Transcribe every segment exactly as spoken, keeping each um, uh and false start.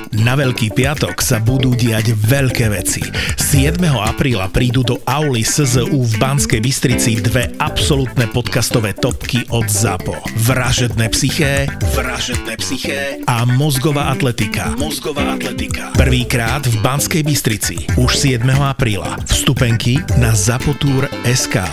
Na Veľký piatok sa budú diať veľké veci. siedmeho apríla prídu do auly es zet ú v Banskej Bystrici dve absolútne podcastové topky od ZAPO. Vražedné psyché, Vražedné psyché a Mozgová atletika. Mozgová atletika. Prvýkrát v Banskej Bystrici. Už siedmeho apríla. Vstupenky na zapotur bodka es ká.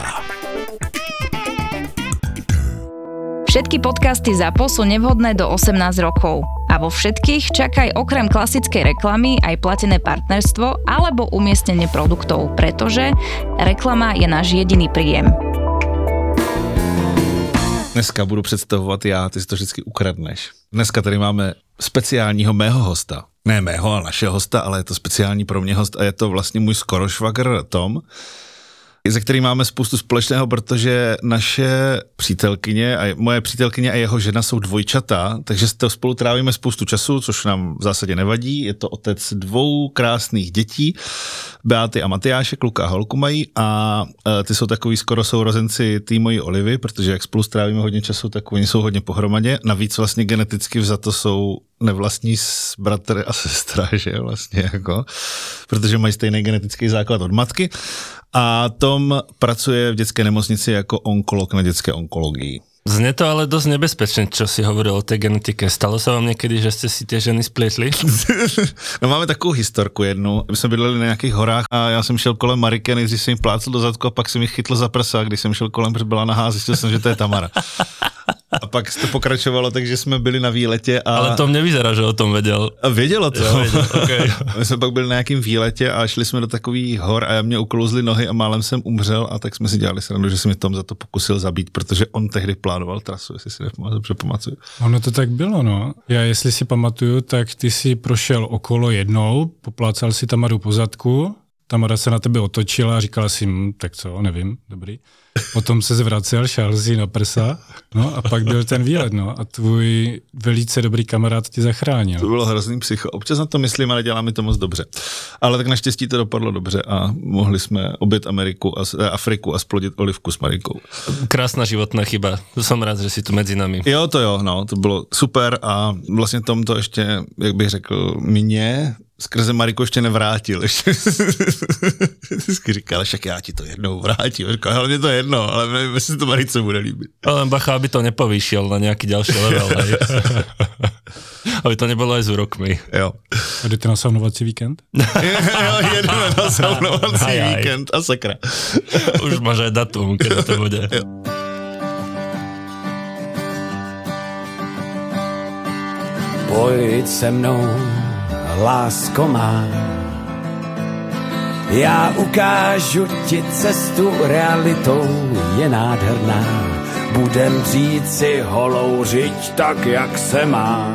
Všetky podcasty ZAPO sú nevhodné do osemnásť rokov. A vo všetkých čakaj okrem klasickej reklamy aj platené partnerstvo alebo umiestnenie produktov, pretože reklama je náš jediný príjem. Dneska budu představovat já, ty si to vždycky ukradneš. Dneska tady máme speciálního mého hosta. Ne mého, ale našeho hosta, ale je to speciální pro mě host a je to vlastně můj skorošvagr Tom, ze který máme spoustu společného, protože naše přítelkyně a moje přítelkyně a jeho žena jsou dvojčata, takže spolu trávíme spoustu času, což nám v zásadě nevadí. Je to otec dvou krásných dětí, Beáty a Matyáše, kluka a holku mají a ty jsou takový skoro sourozenci té mojí Olivy, protože jak spolu strávíme hodně času, tak oni jsou hodně pohromadě. Navíc vlastně geneticky vzato jsou nevlastní bratr a sestra, že vlastně jako, protože mají stejný genetický základ od matky. A Tom pracuje v dětské nemocnici jako onkolog na dětské onkologii. Znie to ale dosť nebezpečne, čo si hovoril o tej genetike. Stalo sa vám niekedy, že ste si tie ženy splietli? No máme takovou historku jednu. My jsme bydleli na nějakých horách a já jsem šel kolem Mariky a nejdřív jsem mi plácl do zadku a pak jsem mi chytl za prsa, když jsem šel kolem, protože byla nahá, zjistil jsem, že to je Tamara. A pak to pokračovalo, takže jsme byli na výletě a... Ale Tom nevyzerá, že o tom věděl. A vědělo to. Jo, věděl, okay. My jsme pak byli na nějakým výletě a šli jsme do takových hor a mě uklouzly nohy a málem jsem umřel a tak jsme si dělali srandu, že se mi Tom za to pokusil zabít, protože on tehdy plánoval trasu, jestli si nepamatuju, pamatuju. Ono to tak bylo, no. Já jestli si pamatuju, tak ty si prošel okolo jednou, poplácal si Tamaru po zadku, Tamara se na tebe otočila a říkala si, hm, tak co, nevím, dobrý. Potom se zvracel, šáhl si na prsa, no a pak byl ten výlet, no a tvůj velice dobrý kamarád tě zachránil. To bylo hrozný psycho. Občas na to myslím, ale dělá mi to moc dobře. Ale tak naštěstí to dopadlo dobře a mohli jsme objet Ameriku a Afriku a splodit Olivku s Marikou. Krásná životná chyba. Jsem rád, že jsi tu mezi nami. Jo, to jo, no, to bylo super a vlastně Tom to ještě, jak bych řekl, mě skrze Mariku ještě nevrátil. Vždycky říkal, však já ti to jednou vrátím. Říkal, ale mě to jedno, ale nevím, jestli to Marice bude líbit. Ale bacha, aby to nepovýšil na nějaký další level. Aby to nebylo aj s úrokmi. Jo. A jdete na saunovací víkend? Jo, jedeme na saunovací aj, aj. víkend a sakra. Už máš aj datum, keď to bude. Jo. Pojď se mnou, lásko má, já ukážu ti cestu, realitou je nádherná. Budem žít si holou žiť tak, jak se má.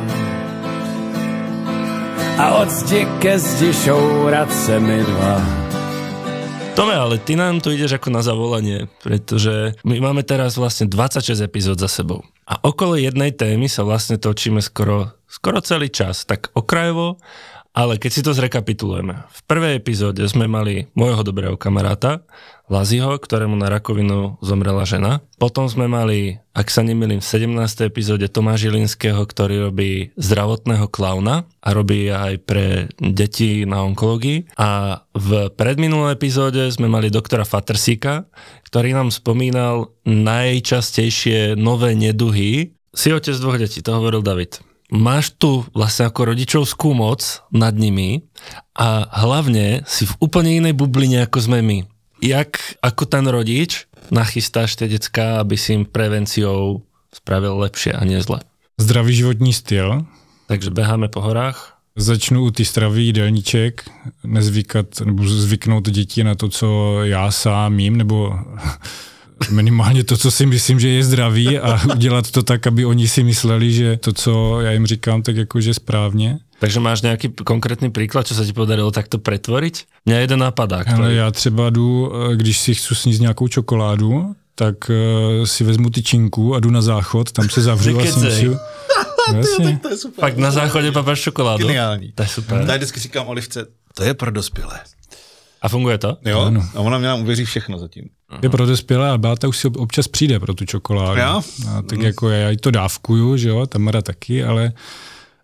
A od zdi ke zdi šourat se mi dva. Tome, ale ty nám tu ideš ako na zavolanie, pretože my máme teraz vlastne dvadsaťšesť epizód za sebou. A okolo jednej témy sa vlastne točíme skoro, skoro celý čas, tak okrajovo, ale keď si to zrekapitulujeme. V prvej epizóde sme mali môjho dobrého kamaráta, Laziho, ktorému na rakovinu zomrela žena. Potom sme mali, ak sa nemýlim, v sedemnástej epizóde Tomáša Žilinského, ktorý robí zdravotného klauna a robí aj pre deti na onkológii. A v predminulej epizóde sme mali doktora Fatrsíka, ktorý nám spomínal najčastejšie nové neduhy. Si otec dvoch detí, to hovoril David. Máš tu vlastne ako rodičovskú moc nad nimi a hlavne si v úplne inej bubline, ako sme my. Jak ako ten rodič nachystáš tie decká, aby si im prevenciou spravil lepšie a nie zle? Zdravý životní styl. Takže beháme po horách. Začnu u ty stravý jídelníček, nezvykat nebo zvyknout děti na to, co já sám jím, nebo minimálně to, co si myslím, že je zdravý a udělat to tak, aby oni si mysleli, že to, co já jim říkám, tak jakože správně. Takže máš nějaký konkrétní příklad, co se ti podarilo takto pretvoriť? Mně jeden napadá. Který... Ale já třeba jdu, když si chci sníst nějakou čokoládu, tak uh, si vezmu tyčinku a jdu na záchod, tam se zavřu a snížu. Jasně. To je super. Pak na záchodě papáš čokoládu. Geniální. To je super. Tady vždycky říkám Olivce, to je pro dospělé. A funguje to? Jo, ano. A ona mě nám uvěří všechno zatím. Je pro dospělé, ale Beáta už si občas přijde pro tu čokoládu. Jo? A tak mm. jako já jí to dávkuju, že jo, Tamara taky, ale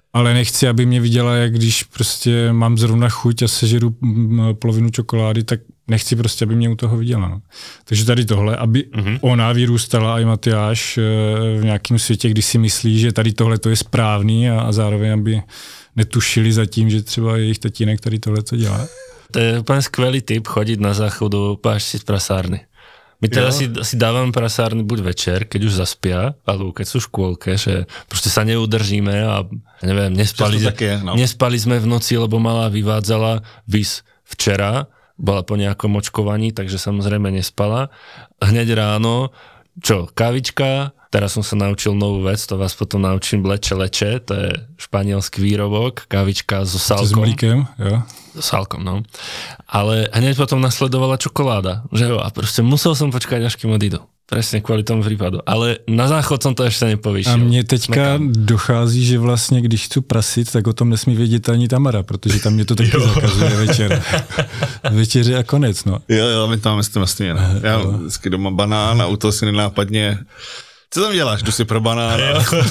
Ale nechci, aby mě viděla, jak když prostě mám zrovna chuť a sežeru polovinu čokolády, tak nechci prostě, aby mě u toho viděla. No. Takže tady tohle, aby mm-hmm. ona vyrůstala a i Matyáš v nějakém světě, kdy si myslí, že tady tohle to je správný a, a zároveň, aby netušili zatím, že třeba jejich tatínek tady tohle to dělá. To je úplne skvelý tip, chodiť na záchod do páš si z prasárny. My teda si, si dávame prasárny buď večer, keď už zaspia, alebo keď sú v škôlke, že proste sa neudržíme a neviem, nespali, je, no. nespali sme v noci, lebo malá vyvádzala vys včera, bola po nejakom očkovaní, takže samozrejme nespala. Hneď ráno, čo, kávička, teraz som sa naučil novú vec, to vás potom naučím, bleče leče, to je španielský výrobok, kávička so sálkom. S mlíkem, jo. So sálkom, no. Ale hneď potom nasledovala čokoláda, že jo, a proste musel som počkať, až kým odídu. Presne kvôli tomu prípadu. Ale na záchod som to ešte nepovýšil. A mně teďka Smekám. dochází, že vlastně, když chci prasit, tak o tom nesmí vědět ani Tamara, protože tam mě to taky zakazuje večer. Večeře a konec, no. Jo, jo, my tam máme s tím vlastně, no. Já vždycky doma banán a u toho si nenápadně. Co tam děláš? Jdu si pro banán.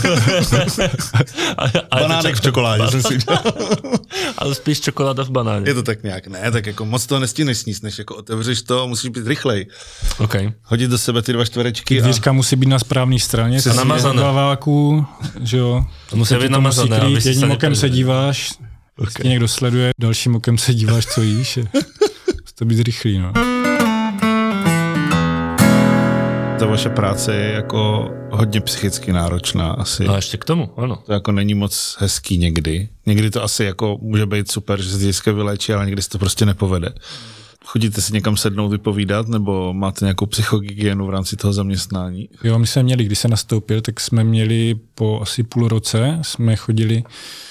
Banánek v čokoládě jsem si dělal. Ale spíš čokoláda v banáně. Je to tak nějak, ne, tak jako moc toho nestíneš sníst, než jako otevřeš to, musíš být rychlej. Okay. Hodit do sebe ty dva čtverečky. Dvířka a... musí být na správné straně. A namazané. Váku, že jo. To musí být namazané. Jedním okem se díváš, okay. Někdo sleduje, dalším okem se díváš, co jíš. Musí to být rychlý, no. Ta vaše práce je jako hodně psychicky náročná asi. No a ještě k tomu, ano. To jako není moc hezký někdy. Někdy to asi jako může být super, že se děcka vylečí, ale někdy se to prostě nepovede. Chodíte si někam sednout vypovídat, nebo máte nějakou psychohygienu v rámci toho zaměstnání? Jo, my jsme měli, když se nastoupil, tak jsme měli po asi půl roce, jsme chodili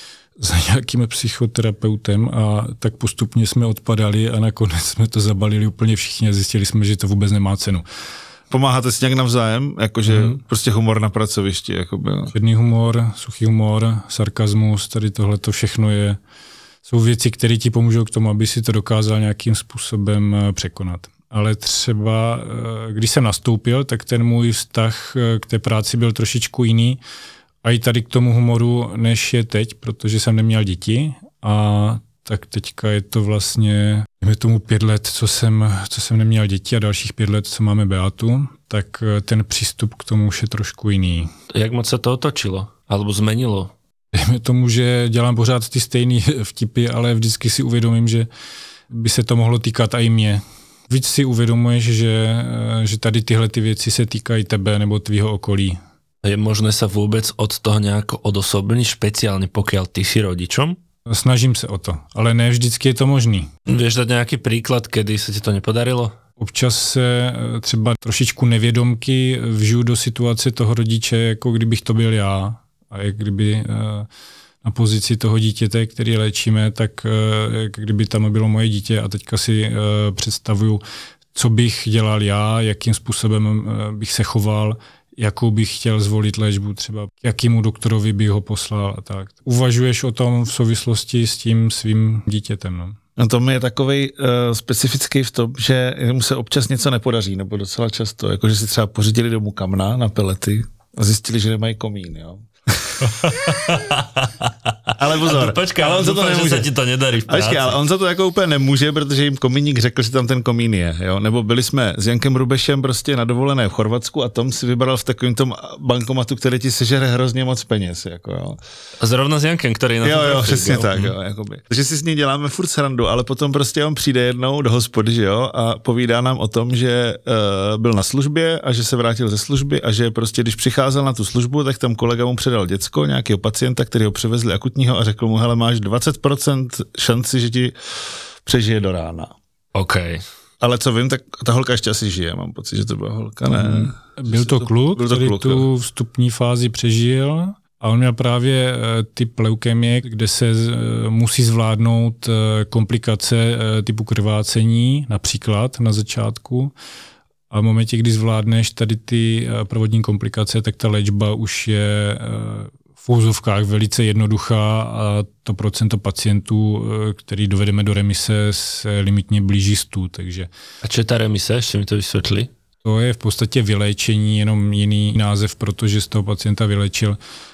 za nějakým psychoterapeutem a tak postupně jsme odpadali a nakonec jsme to zabalili úplně všichni a zjistili jsme, že to vůbec nemá cenu. Pomáháte si nějak navzájem? Jakože mm. prostě humor na pracovišti? Jakoby. Černý humor, suchý humor, sarkazmus, tady tohle to všechno je, jsou věci, které ti pomůžou k tomu, aby si to dokázal nějakým způsobem překonat. Ale třeba, když jsem nastoupil, tak ten můj vztah k té práci byl trošičku jiný a i tady k tomu humoru, než je teď, protože jsem neměl děti a tak teďka je to vlastně, je tomu pět let, co jsem, co jsem neměl děti a dalších pět let, co máme Beatu, tak ten přístup k tomu už je trošku jiný. Jak moc se to otočilo? Alebo zmenilo? Dejme tomu, že dělám pořád ty stejný vtipy, ale vždycky si uvědomím, že by se to mohlo týkat i mě. Víc si uvědomuješ, že, že tady tyhle ty věci se týkají tebe nebo tvýho okolí. Je možné sa vôbec od toho nejako odosobniť, špeciálne pokiaľ ty si rodičom? Snažím se o to, ale ne vždycky je to možný. Vieš dať nějaký příklad, kedy se ti to nepodarilo? Občas se třeba trošičku nevědomky vžiju do situace toho rodiče, jako kdybych to byl já. A jak kdyby na pozici toho dítěte, který léčíme, tak jak kdyby tam bylo moje dítě a teďka si představuju, co bych dělal já, jakým způsobem bych se choval, jakou bych chtěl zvolit léčbu, třeba k jakému doktorovi bych ho poslal a tak. Uvažuješ o tom v souvislosti s tím svým dítětem, no? No to mi je takovej uh, specifický v tom, že mu se občas něco nepodaří, nebo docela často, jakože si třeba pořídili domů kamna na pelety a zjistili, že nemají komín, jo. Ale pozor, počkej, ale on za to nemůže. Že se ti to nedarí v práci. Počkej, ale on za to jako úplně nemůže, protože jim komíník řekl, že tam ten komín je, jo. Nebo byli jsme s Jankem Rubešem prostě na dovolené v Chorvatsku a Tom si vybral v takovém tom bankomatu, který ti sežere hrozně moc peněz, jako jo. A zrovna s Jankem, který na Jo, jo, přesně jo. tak, jo, jakoby. Takže si s ní děláme furt srandu, ale potom prostě on přijde jednou do hospody, že jo, a povídá nám o tom, že uh, byl na službě a že se vrátil ze služby a že prostě když přicházel na tu službu, tak tam kolega mu předal děcko, nějakého pacienta, který ho přivezli akutního a řekl mu, hele, máš dvacet procent šanci, že ti přežije do rána. OK. Ale co vím, tak ta holka ještě asi žije, mám pocit, že to byla holka, ne? Byl to kluk, byl to který kluk, tu jo. vstupní fázi přežil a on měl právě typ leukémie, kde se musí zvládnout komplikace typu krvácení, například na začátku. A v momentě, kdy zvládneš tady ty provodní komplikace, tak ta léčba už je v úzovkách velice jednoduchá a to procento pacientů, který dovedeme do remise, se limitně blíží stu. Takže. A čo je ta remise? Ještě mi to vysvětli. To je v podstatě vyléčení, jenom jiný název, protože z toho pacienta vylečil.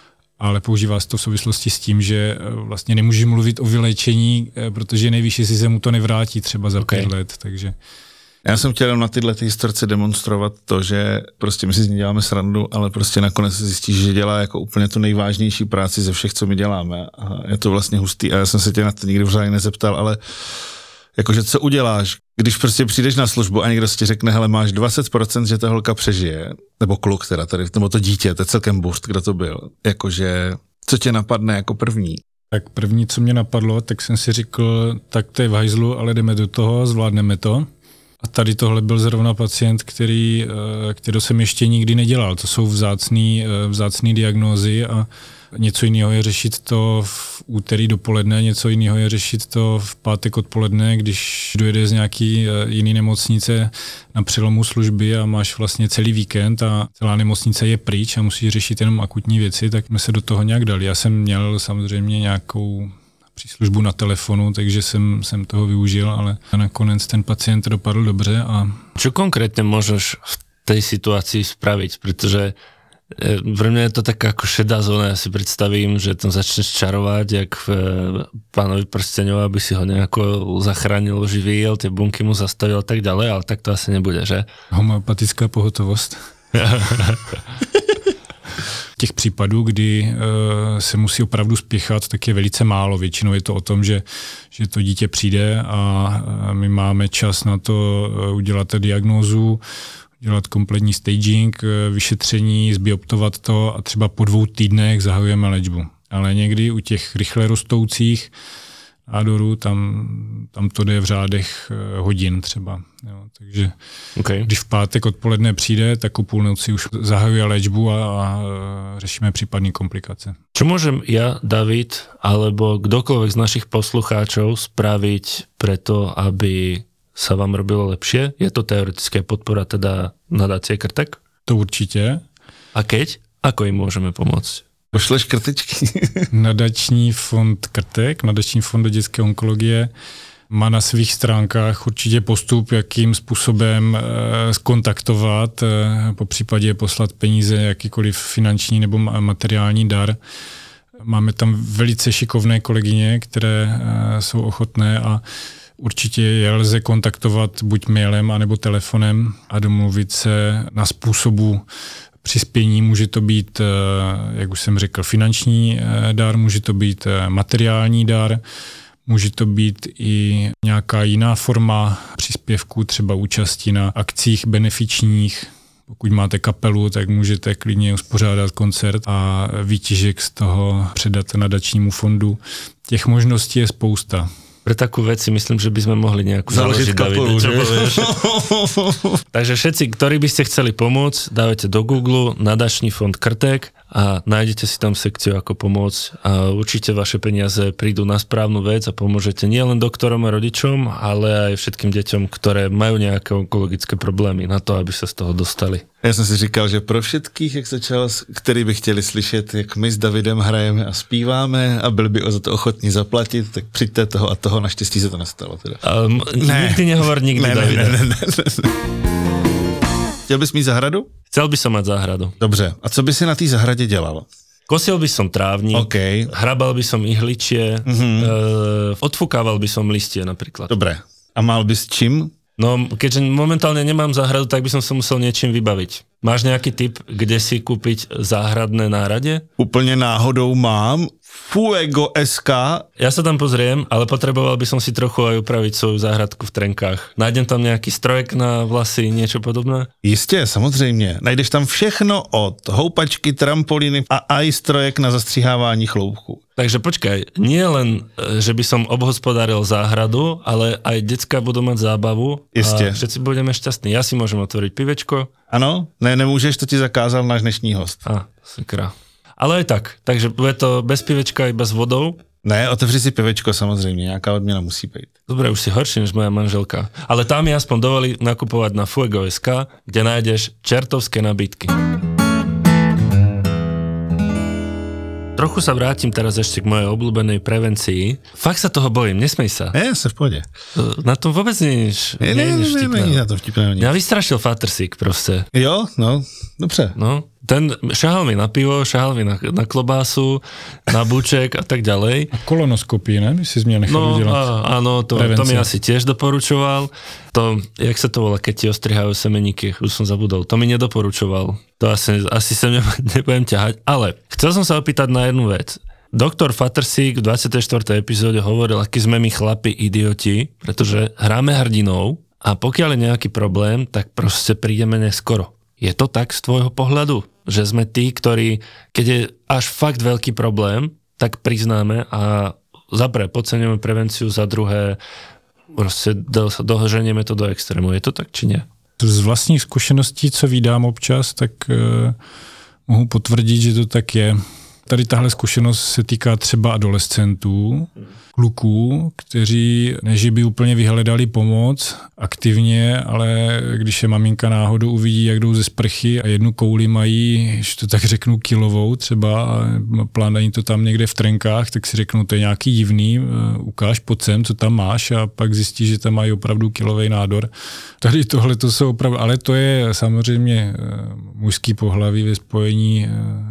ale používá se to v souvislosti s tím, že vlastně nemůže mluvit o vyléčení, protože nejvíš, jestli se mu to nevrátí třeba za okay. pět let, takže... Já jsem chtěl na tyhle ty historce demonstrovat to, že prostě my si z ní děláme srandu, ale prostě nakonec se zjistí, že dělá jako úplně tu nejvážnější práci ze všech, co my děláme. A je to vlastně hustý a já jsem se tě na to nikdy vřádně nezeptal, ale jakože co uděláš, když prostě přijdeš na službu a někdo si ti řekne, hele, máš dvacet procent, že ta holka přežije, nebo kluk teda tady, nebo to dítě, to je celkem burst, kdo to byl, jakože co tě napadne jako první? Tak první, co mě napadlo, tak jsem si řekl, tak to je v hajzlu, ale jdeme do toho, zvládneme to. A tady tohle byl zrovna pacient, který, který jsem ještě nikdy nedělal. To jsou vzácný, vzácný diagnózy a něco jiného je řešit to v úterý dopoledne, něco jiného je řešit to v pátek odpoledne, když dojede z nějaký jiný nemocnice na přelomu služby a máš vlastně celý víkend a celá nemocnice je pryč a musíš řešit jenom akutní věci, tak jsme se do toho nějak dali. Já jsem měl samozřejmě nějakou příslužbu na telefonu, takže jsem, jsem toho využil, ale nakonec ten pacient dopadl dobře. A... Čo konkrétne môžeš v tej situácii spraviť? Pretože pre mňa je to taká ako šedá zóna, ja si predstavím, že tam začneš čarovať, jak v Pánovi prsteňov, aby si ho nejako zachránil, oživil, tie bunky mu zastavil a tak ďalej, ale tak to asi nebude, že? Homeopatická pohotovost. Těch případů, kdy e, se musí opravdu spěchat, tak je velice málo. Většinou je to o tom, že, že to dítě přijde a my máme čas na to udělat diagnózu, udělat kompletní staging, vyšetření, zbioptovat to a třeba po dvou týdnech zahajujeme léčbu. Ale někdy u těch rychle rostoucích nádorů, tam, tam to jde v řádech hodin třeba. Jo, takže okay. Když v pátek odpoledne přijde, tak o půlnoci už zahajuje léčbu a, a řešíme případné komplikace. Čo môžem ja, David, alebo kdokoľvek z našich poslucháčov spraviť preto, aby sa vám robilo lepšie? Je to teoretická podpora teda nadácie Krtek? To určitě. A keď? Ako im môžeme pomôcť? Pošleš krtičky. Nadační fond Krtek, Nadační fond dětské onkologie má na svých stránkách určitě postup, jakým způsobem e, skontaktovat, e, po případě poslat peníze, jakýkoliv finanční nebo materiální dar. Máme tam velice šikovné kolegyně, které e, jsou ochotné a určitě je lze kontaktovat buď mailem, anebo telefonem a domluvit se na způsobu přispění. Může to být, jak už jsem řekl, finanční dar, může to být materiální dar, může to být i nějaká jiná forma příspěvku, třeba účasti na akcích benefičních. Pokud máte kapelu, tak můžete klidně uspořádat koncert a výtěžek z toho předat nadačnímu fondu. Těch možností je spousta. Pre takú vec si myslím, že by sme mohli nejakú založiť, Davide, čo povieš? Takže všetci, ktorí by ste chceli pomôcť, dávajte do Google Nadačný fond Krtek a nájdete si tam sekciu ako pomôcť a určite vaše peniaze prídu na správnu vec a pomôžete nielen doktorom a rodičom, ale aj všetkým deťom, ktoré majú nejaké onkologické problémy na to, aby sa z toho dostali. Já jsem si říkal, že pro všetkých, jak se čas, který by chtěli slyšet, jak my s Davidem hrajeme a zpíváme a byli by o za to ochotní zaplatit, tak přijďte toho a toho, naštěstí se to nestalo. Teda. Um, ne. Nikdy nehovor nikdy, ne, Davide. Ne, ne, ne, ne. Chtěl bys mít zahradu? Chcel by som mať záhradu. Dobře, a co by si na té zahradě dělal? Kosil by som trávnik, okay. Hrabal by som ihličie, mm-hmm. e, odfúkával by som listie napríklad. Dobré, a mal bys čím? No, keďže momentálne nemám záhradu, tak by som sa musel niečím vybaviť. Máš nejaký tip, kde si kúpiť záhradné náradie? Úplne náhodou mám Fuego es ká. Ja sa tam pozriem, ale potreboval by som si trochu aj upraviť svoju záhradku v Trenkách. Nájdem tam nejaký strojek na vlasy, niečo podobné? Jistě, samozřejmě. Najdeš tam všechno od houpačky, trampolíny a aj strojek na zastřihávání chloupku. Takže počkaj, nie len, že by som obhospodáril záhradu, ale aj decká budú mať zábavu. Jistě. A všetci budeme šťastní. Ja si môžem otvoriť pivečko. Ano? Ne, nemůžeš, to ti zakázal náš dnešní host. A, sakra. Ale aj tak, takže bude to bez pivečka, iba s vodou. Ne, otevři si pivečko samozřejmě, nějaká odměna musí být. Dobre, už si horší než moja manželka. Ale tam mi aspoň dovolí nakupovať na Fuego bodka es ká, kde nájdeš čertovské nabídky. Trochu sa vrátim teraz ešte k mojej obľúbenej prevencii. Fakt sa toho bojím, nesmej sa. Ne, sa v pohode. Na tom vôbec nie je ne, ne, ne, ne, ne, na to vtipné. Mňa vystrašil Fatersík proste. Jo, no, dobře. No, Ten šahal mi na pivo, šahal mi na, na klobásu, na buček a tak ďalej. A kolonoskopii, ne? By si z mňa nechal no, udelať. A, áno, to, to mi asi tiež doporučoval. To, jak sa to volá, keď ti ostrihajú semeníky, už som zabudol, to mi nedoporučoval. To asi, asi sa nebudem ťahať. Ale chcel som sa opýtať na jednu vec. Doktor Fatersík v dvadsiatej štvrtej epizóde hovoril, aký sme my chlapi idioti, pretože hráme hrdinov a pokiaľ je nejaký problém, tak proste prídeme neskoro. Je to tak z tvojho pohľadu? Že sme tí, ktorí, keď je až fakt veľký problém, tak priznáme a za prvé podceňujeme prevenciu, za druhé proste do, doženieme to do extrému. Je to tak, či nie? Z vlastních zkušeností, co vídám občas, tak eh, mohu potvrdit, že to tak je. Tady tahle zkušenost se týká třeba adolescentů, kluků, kteří než by úplně vyhledali pomoc aktivně, ale když je maminka náhodou uvidí, jak jdou ze sprchy a jednu kouli mají, že to tak řeknu kilovou třeba a plánají to tam někde v trenkách, tak si řeknou, to je nějaký divný, ukáž pojď sem, co tam máš a pak zjistí, že tam mají opravdu kilový nádor. Tady tohle to jsou opravdu, ale to je samozřejmě mužský pohlaví ve spojení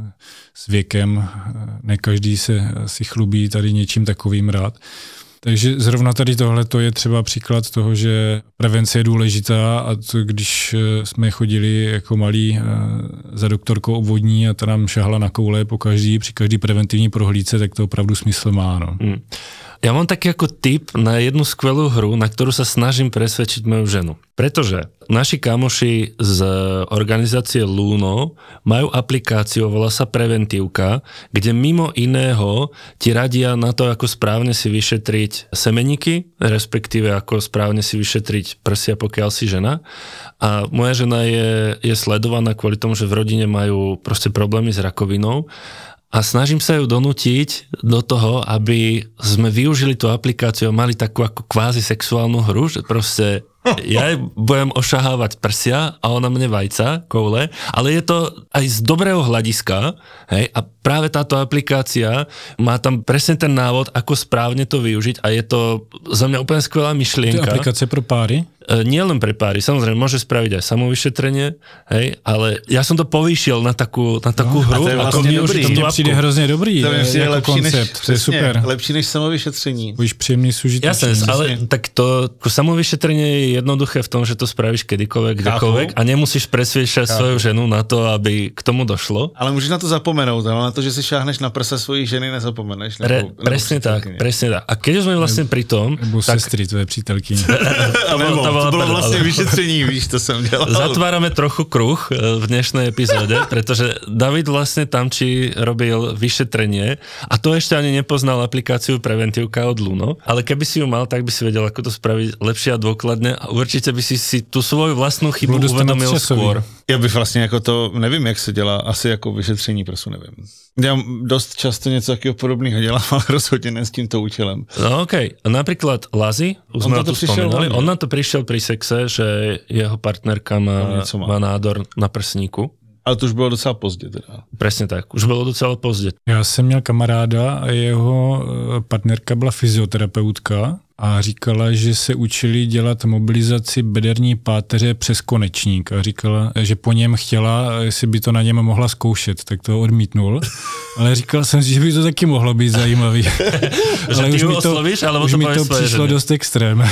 s věkem, ne každý se si chlubí tady něčím takovým rád. Takže zrovna tady tohle to je třeba příklad toho, že prevence je důležitá a to, když jsme chodili jako malí za doktorkou obvodní a ta nám šahla na koule po každý, při každý preventivní prohlídce, tak to opravdu smysl má. No. Hmm. Ja mám taký ako tip na jednu skvelú hru, na ktorú sa snažím presvedčiť moju ženu. Pretože naši kamoši z organizácie Luno majú aplikáciu, volá sa Preventívka, kde mimo iného ti radia na to, ako správne si vyšetriť semeníky, respektíve ako správne si vyšetriť prsia, pokiaľ si žena. A moja žena je, je sledovaná kvôli tomu, že v rodine majú proste problémy s rakovinou. A snažím sa ju donútiť do toho, aby sme využili tú aplikáciu a mali takú ako kvázi sexuálnu hru, že proste ja budem ošahávať prsia a ona mne vajca, koule, ale je to aj z dobrého hľadiska, hej, a práve táto aplikácia má tam presne ten návod, ako správne to využiť a je to za mňa úplne skvelá myšlienka. To je aplikácia pro páry? E, nie len pre páry, samozrejme, môže spraviť aj samovyšetrenie, hej, ale ja som to povýšil na takú, na takú no, hru. A to je vlastne dobrý. To mne přijde hrozně dobrý. To je jako lepší koncept, než, to je super. Lepší než samovyšetření. Budeš příjemný súžitočný. Jasné, ale tak to samovyšetrenie je jednoduché v tom, že to spravíš kedykoľvek, kdekoľvek a nemusíš presviečať svoju ženu na to, aby k tomu došlo. Ale môžeš na to zapomenout, ale na to, že si šáhneš na prsa svojich ženy, nezapomeneš. Re, nebo, presne nebo tak, presne tak. A keď sme vlastne pri tom... Nebo tak... sestry, tvoje přítelkyně. to, bolo, to, to bolo vlastne ale... vyšetření, víš, to som dělal. Zatvárame trochu kruh v dnešnej epizóde, pretože David vlastne tam či robil vyšetrenie a to ešte ani nepoznal aplikáciu Preventívka od Luno, ale keby si ju mal, tak by si vedel, ako to spraviť lepšie a dôkladne a určite by si si tu svoju vlastnú chybu uvedomil skôr. Já bych vlastně jako to, nevím, jak se dělá, asi jako vyšetření prsu, nevím. Já dost často něco takého podobného dělám, ale rozhodně ne s tímto účelem. No okej, okay. Napríklad Lazi, už sme to spomínali, on na to prišiel pri sexe, že jeho partnerka má, má. má nádor na prsníku. Ale to už bylo docela pozdě teda. Presne tak, už bylo docela pozdě. Já jsem měl kamaráda a jeho partnerka byla fyzioterapeutka a říkala, že se učili dělat mobilizaci bederní páteře přes konečník a říkala, že po něm chtěla, jestli by to na něm mohla zkoušet, tak to odmítnul. Ale říkal jsem si, že by to taky mohlo být zajímavý. Ale už mi to, oslovíš, už mi to přišlo dost extrém.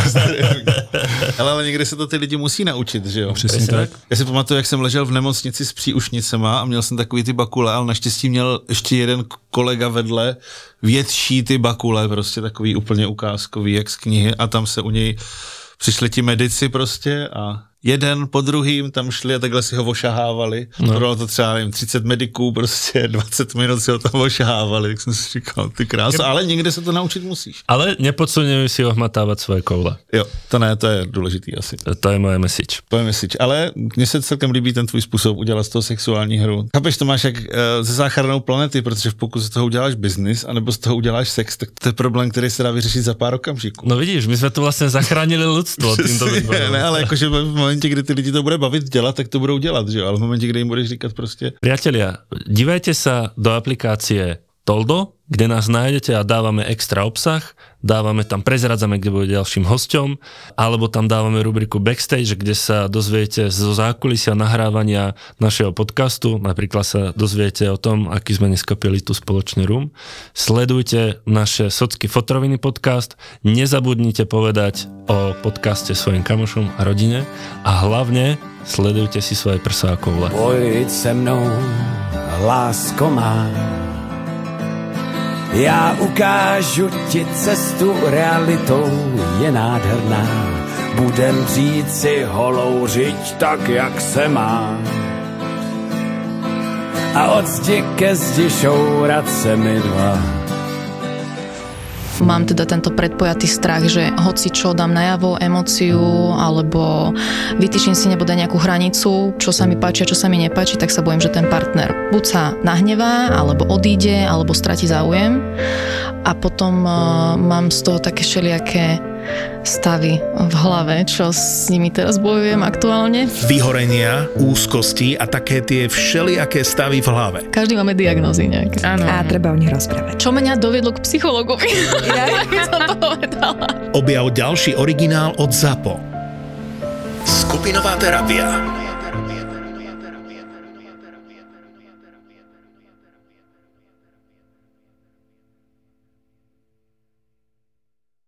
Ale, ale někde se to ty lidi musí naučit, že jo? Přesně tak. Já si pamatuju, jak jsem ležel v nemocnici s příušnicema a měl jsem takový ty bakule, ale naštěstí měl ještě jeden kolega vedle větší ty bakule, prostě takový úplně ukázkový, jak z knihy a tam se u něj přišli ti medici prostě a jeden po druhým tam šli a takhle si ho ošahávali. No. Bylo to třeba, nevím, třicet mediků, prostě dvacet minut si ho tam ošahávali, tak jsem si říkal, ty krása, ale někde se to naučit musíš. Ale nepodsuňuj si ohmatávat svoje koule. Jo, to ne, to je důležitý asi. To, to je moje message. To je message, ale mně se celkem líbí ten tvůj způsob udělat z toho sexuální hru. Chápeš, to máš jak uh, ze záchrannou planety, protože pokud z toho uděláš biznis, anebo z toho uděláš sex, tak to je problém, který se dá vyřešit za pár okamžiků. No vidíš, my jsme tu vlastně zachránili lidstvo tímto výborem. Ne, ale jakože v momentě, kdy ty lidi to bude bavit dělat, tak to budou dělat, že jo? Ale v momentě, kdy jim budeš říkat prostě. Priatelia, dívajte sa do aplikácie Toldo, kde nás nájdete a dávame extra obsah, dávame tam, prezradzame, kde bude ďalším hosťom, alebo tam dávame rubriku Backstage, kde sa dozviete zo zákulisia nahrávania našeho podcastu, napríklad sa dozviete o tom, aký sme dneska pili tu spoločný rum. Sledujte naše Socky Fotroviny podcast, nezabudnite povedať o podcaste svojim kamošom a rodine a hlavne sledujte si svoje prsá ako vle. Pojď se mnou, lásko má. Já ukážu ti cestu, realitou je nádherná. Budem žít si holou řiď tak, jak se má. A od zdi ke zdi šourat se mi dva. Mám teda tento predpojatý strach, že hoci čo dám najavo, emóciu, alebo vytýčim si nebude nejakú hranicu, čo sa mi páči a čo sa mi nepáči, tak sa bojím, že ten partner buď sa nahnevá, alebo odíde, alebo stratí záujem. A potom uh, mám z toho také všelijaké stavy v hlave, čo s nimi teraz bojujem aktuálne. Vyhorenia, úzkosti a také tie všelijaké stavy v hlave. Každý máme diagnózy nejaké. Áno. A treba o nich rozprávať. Čo mňa doviedlo k psychologovi? Ja som to povedala. Objav ďalší originál od ZAPO. Skupinová terapia.